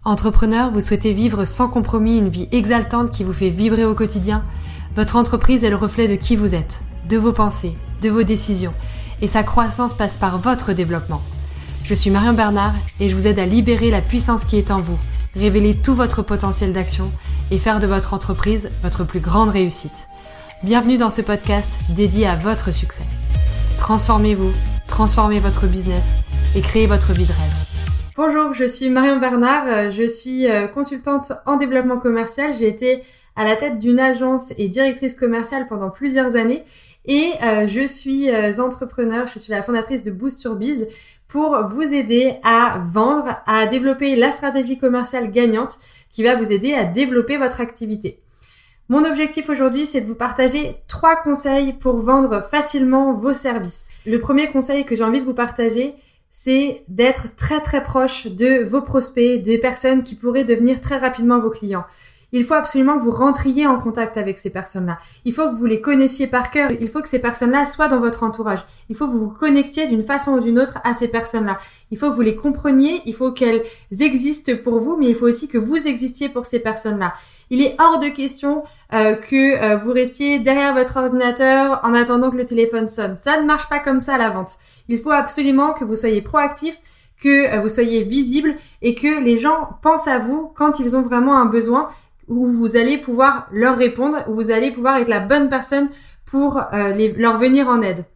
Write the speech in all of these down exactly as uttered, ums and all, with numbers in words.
Entrepreneur, vous souhaitez vivre sans compromis une vie exaltante qui vous fait vibrer au quotidien? Votre entreprise est le reflet de qui vous êtes, de vos pensées, de vos décisions, et sa croissance passe par votre développement. Je suis Marion Bernard et je vous aide à libérer la puissance qui est en vous, révéler tout votre potentiel d'action et faire de votre entreprise votre plus grande réussite. Bienvenue dans ce podcast dédié à votre succès. Transformez-vous, transformez votre business et créez votre vie de rêve. Bonjour, je suis Marion Bernard, je suis consultante en développement commercial. J'ai été à la tête d'une agence et directrice commerciale pendant plusieurs années et euh, je suis euh, entrepreneur, je suis la fondatrice de Boost Your Biz pour vous aider à vendre, à développer la stratégie commerciale gagnante qui va vous aider à développer votre activité. Mon objectif aujourd'hui, c'est de vous partager trois conseils pour vendre facilement vos services. Le premier conseil que j'ai envie de vous partager, c'est d'être très très proche de vos prospects, des personnes qui pourraient devenir très rapidement vos clients. Il faut absolument que vous rentriez en contact avec ces personnes-là. Il faut que vous les connaissiez par cœur. Il faut que ces personnes-là soient dans votre entourage. Il faut que vous vous connectiez d'une façon ou d'une autre à ces personnes-là. Il faut que vous les compreniez. Il faut qu'elles existent pour vous, mais il faut aussi que vous existiez pour ces personnes-là. Il est hors de question euh, que euh, vous restiez derrière votre ordinateur en attendant que le téléphone sonne. Ça ne marche pas comme ça à la vente. Il faut absolument que vous soyez proactif, que euh, vous soyez visible et que les gens pensent à vous quand ils ont vraiment un besoin, où vous allez pouvoir leur répondre, où vous allez pouvoir être la bonne personne pour euh, les, leur venir en aide.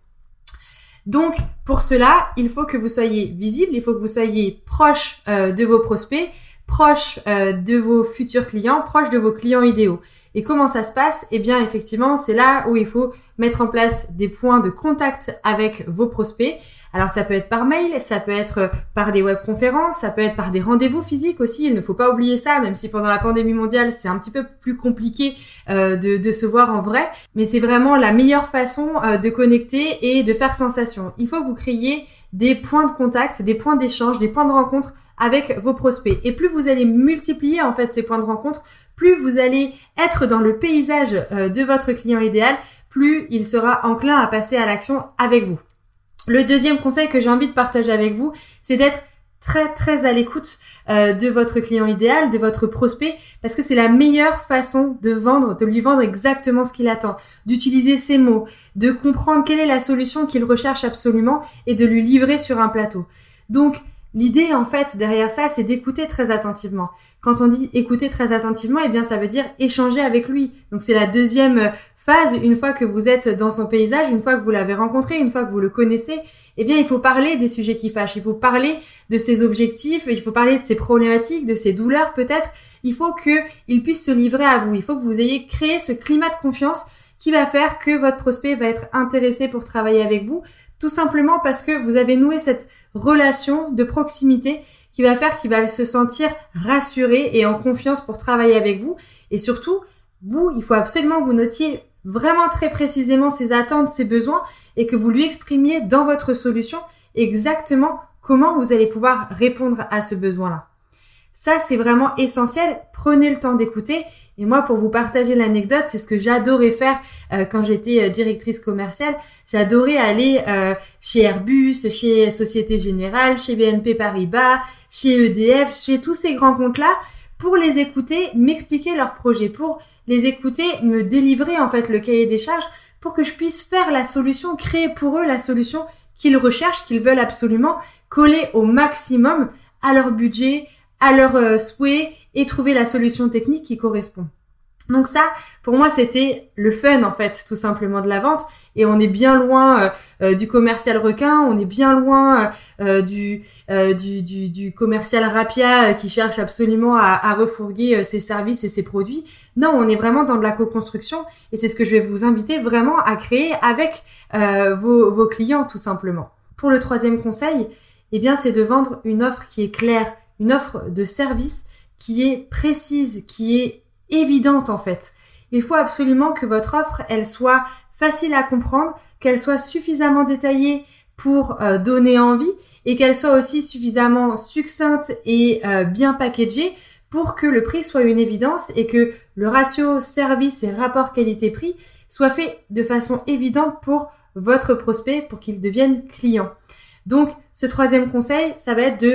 Donc, pour cela, il faut que vous soyez visible, il faut que vous soyez proche euh, de vos prospects, proche euh, de vos futurs clients, proche de vos clients idéaux. Et comment ça se passe? Eh bien, effectivement, c'est là où il faut mettre en place des points de contact avec vos prospects. Alors, ça peut être par mail, ça peut être par des webconférences, ça peut être par des rendez-vous physiques aussi. Il ne faut pas oublier ça, même si pendant la pandémie mondiale, c'est un petit peu plus compliqué euh, de, de se voir en vrai. Mais c'est vraiment la meilleure façon euh, de connecter et de faire sensation. Il faut que vous créiez des points de contact, des points d'échange, des points de rencontre avec vos prospects. Et plus vous allez multiplier en fait ces points de rencontre, plus vous allez être dans le paysage euh, de votre client idéal, plus il sera enclin à passer à l'action avec vous. Le deuxième conseil que j'ai envie de partager avec vous, c'est d'être très très à l'écoute euh, de votre client idéal, de votre prospect, parce que c'est la meilleure façon de vendre, de lui vendre exactement ce qu'il attend, d'utiliser ses mots, de comprendre quelle est la solution qu'il recherche absolument et de lui livrer sur un plateau. Donc, l'idée, en fait, derrière ça, c'est d'écouter très attentivement. Quand on dit écouter très attentivement, eh bien, ça veut dire échanger avec lui. Donc, c'est la deuxième phase. Une fois que vous êtes dans son paysage, une fois que vous l'avez rencontré, une fois que vous le connaissez, eh bien, il faut parler des sujets qui fâchent. Il faut parler de ses objectifs. Il faut parler de ses problématiques, de ses douleurs, peut-être. Il faut qu'il puisse se livrer à vous. Il faut que vous ayez créé ce climat de confiance qui va faire que votre prospect va être intéressé pour travailler avec vous, tout simplement parce que vous avez noué cette relation de proximité qui va faire qu'il va se sentir rassuré et en confiance pour travailler avec vous. Et surtout, vous, il faut absolument que vous notiez vraiment très précisément ses attentes, ses besoins et que vous lui exprimiez dans votre solution exactement comment vous allez pouvoir répondre à ce besoin-là. Ça, c'est vraiment essentiel. Prenez le temps d'écouter. Et moi, pour vous partager l'anecdote, c'est ce que j'adorais faire euh, quand j'étais euh, directrice commerciale. J'adorais aller euh, chez Airbus, chez Société Générale, chez B N P Paribas, chez E D F, chez tous ces grands comptes-là, pour les écouter, m'expliquer leurs projets, pour les écouter, me délivrer en fait le cahier des charges, pour que je puisse faire la solution, créer pour eux la solution qu'ils recherchent, qu'ils veulent absolument, coller au maximum à leur budget, à leurs euh, souhaits et trouver la solution technique qui correspond. Donc ça, pour moi, c'était le fun en fait, tout simplement de la vente. Et on est bien loin euh, euh, du commercial requin, on est bien loin euh, du, euh, du, du, du commercial rapia euh, qui cherche absolument à, à refourguer euh, ses services et ses produits. Non, on est vraiment dans de la co-construction et c'est ce que je vais vous inviter vraiment à créer avec euh, vos, vos clients, tout simplement. Pour le troisième conseil, eh bien, c'est de vendre une offre qui est claire, une offre de service qui est précise, qui est évidente en fait. Il faut absolument que votre offre, elle soit facile à comprendre, qu'elle soit suffisamment détaillée pour euh, donner envie et qu'elle soit aussi suffisamment succincte et euh, bien packagée pour que le prix soit une évidence et que le ratio service et rapport qualité-prix soit fait de façon évidente pour votre prospect pour qu'il devienne client. Donc, ce troisième conseil, ça va être de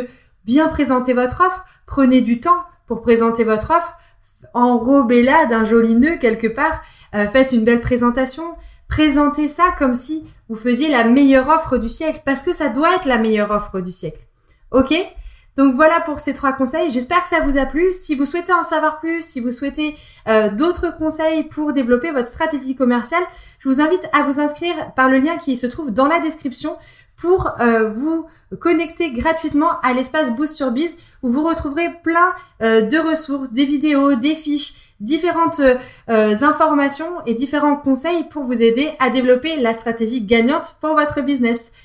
bien présenter votre offre. Prenez du temps pour présenter votre offre. Enrobez-la d'un joli nœud quelque part. Euh, faites une belle présentation. Présentez ça comme si vous faisiez la meilleure offre du siècle, parce que ça doit être la meilleure offre du siècle. Ok ? Donc voilà pour ces trois conseils. J'espère que ça vous a plu. Si vous souhaitez en savoir plus, si vous souhaitez euh, d'autres conseils pour développer votre stratégie commerciale, je vous invite à vous inscrire par le lien qui se trouve dans la description pour euh, vous connecter gratuitement à l'espace Boost Your Biz, où vous retrouverez plein euh, de ressources, des vidéos, des fiches, différentes euh, informations et différents conseils pour vous aider à développer la stratégie gagnante pour votre business.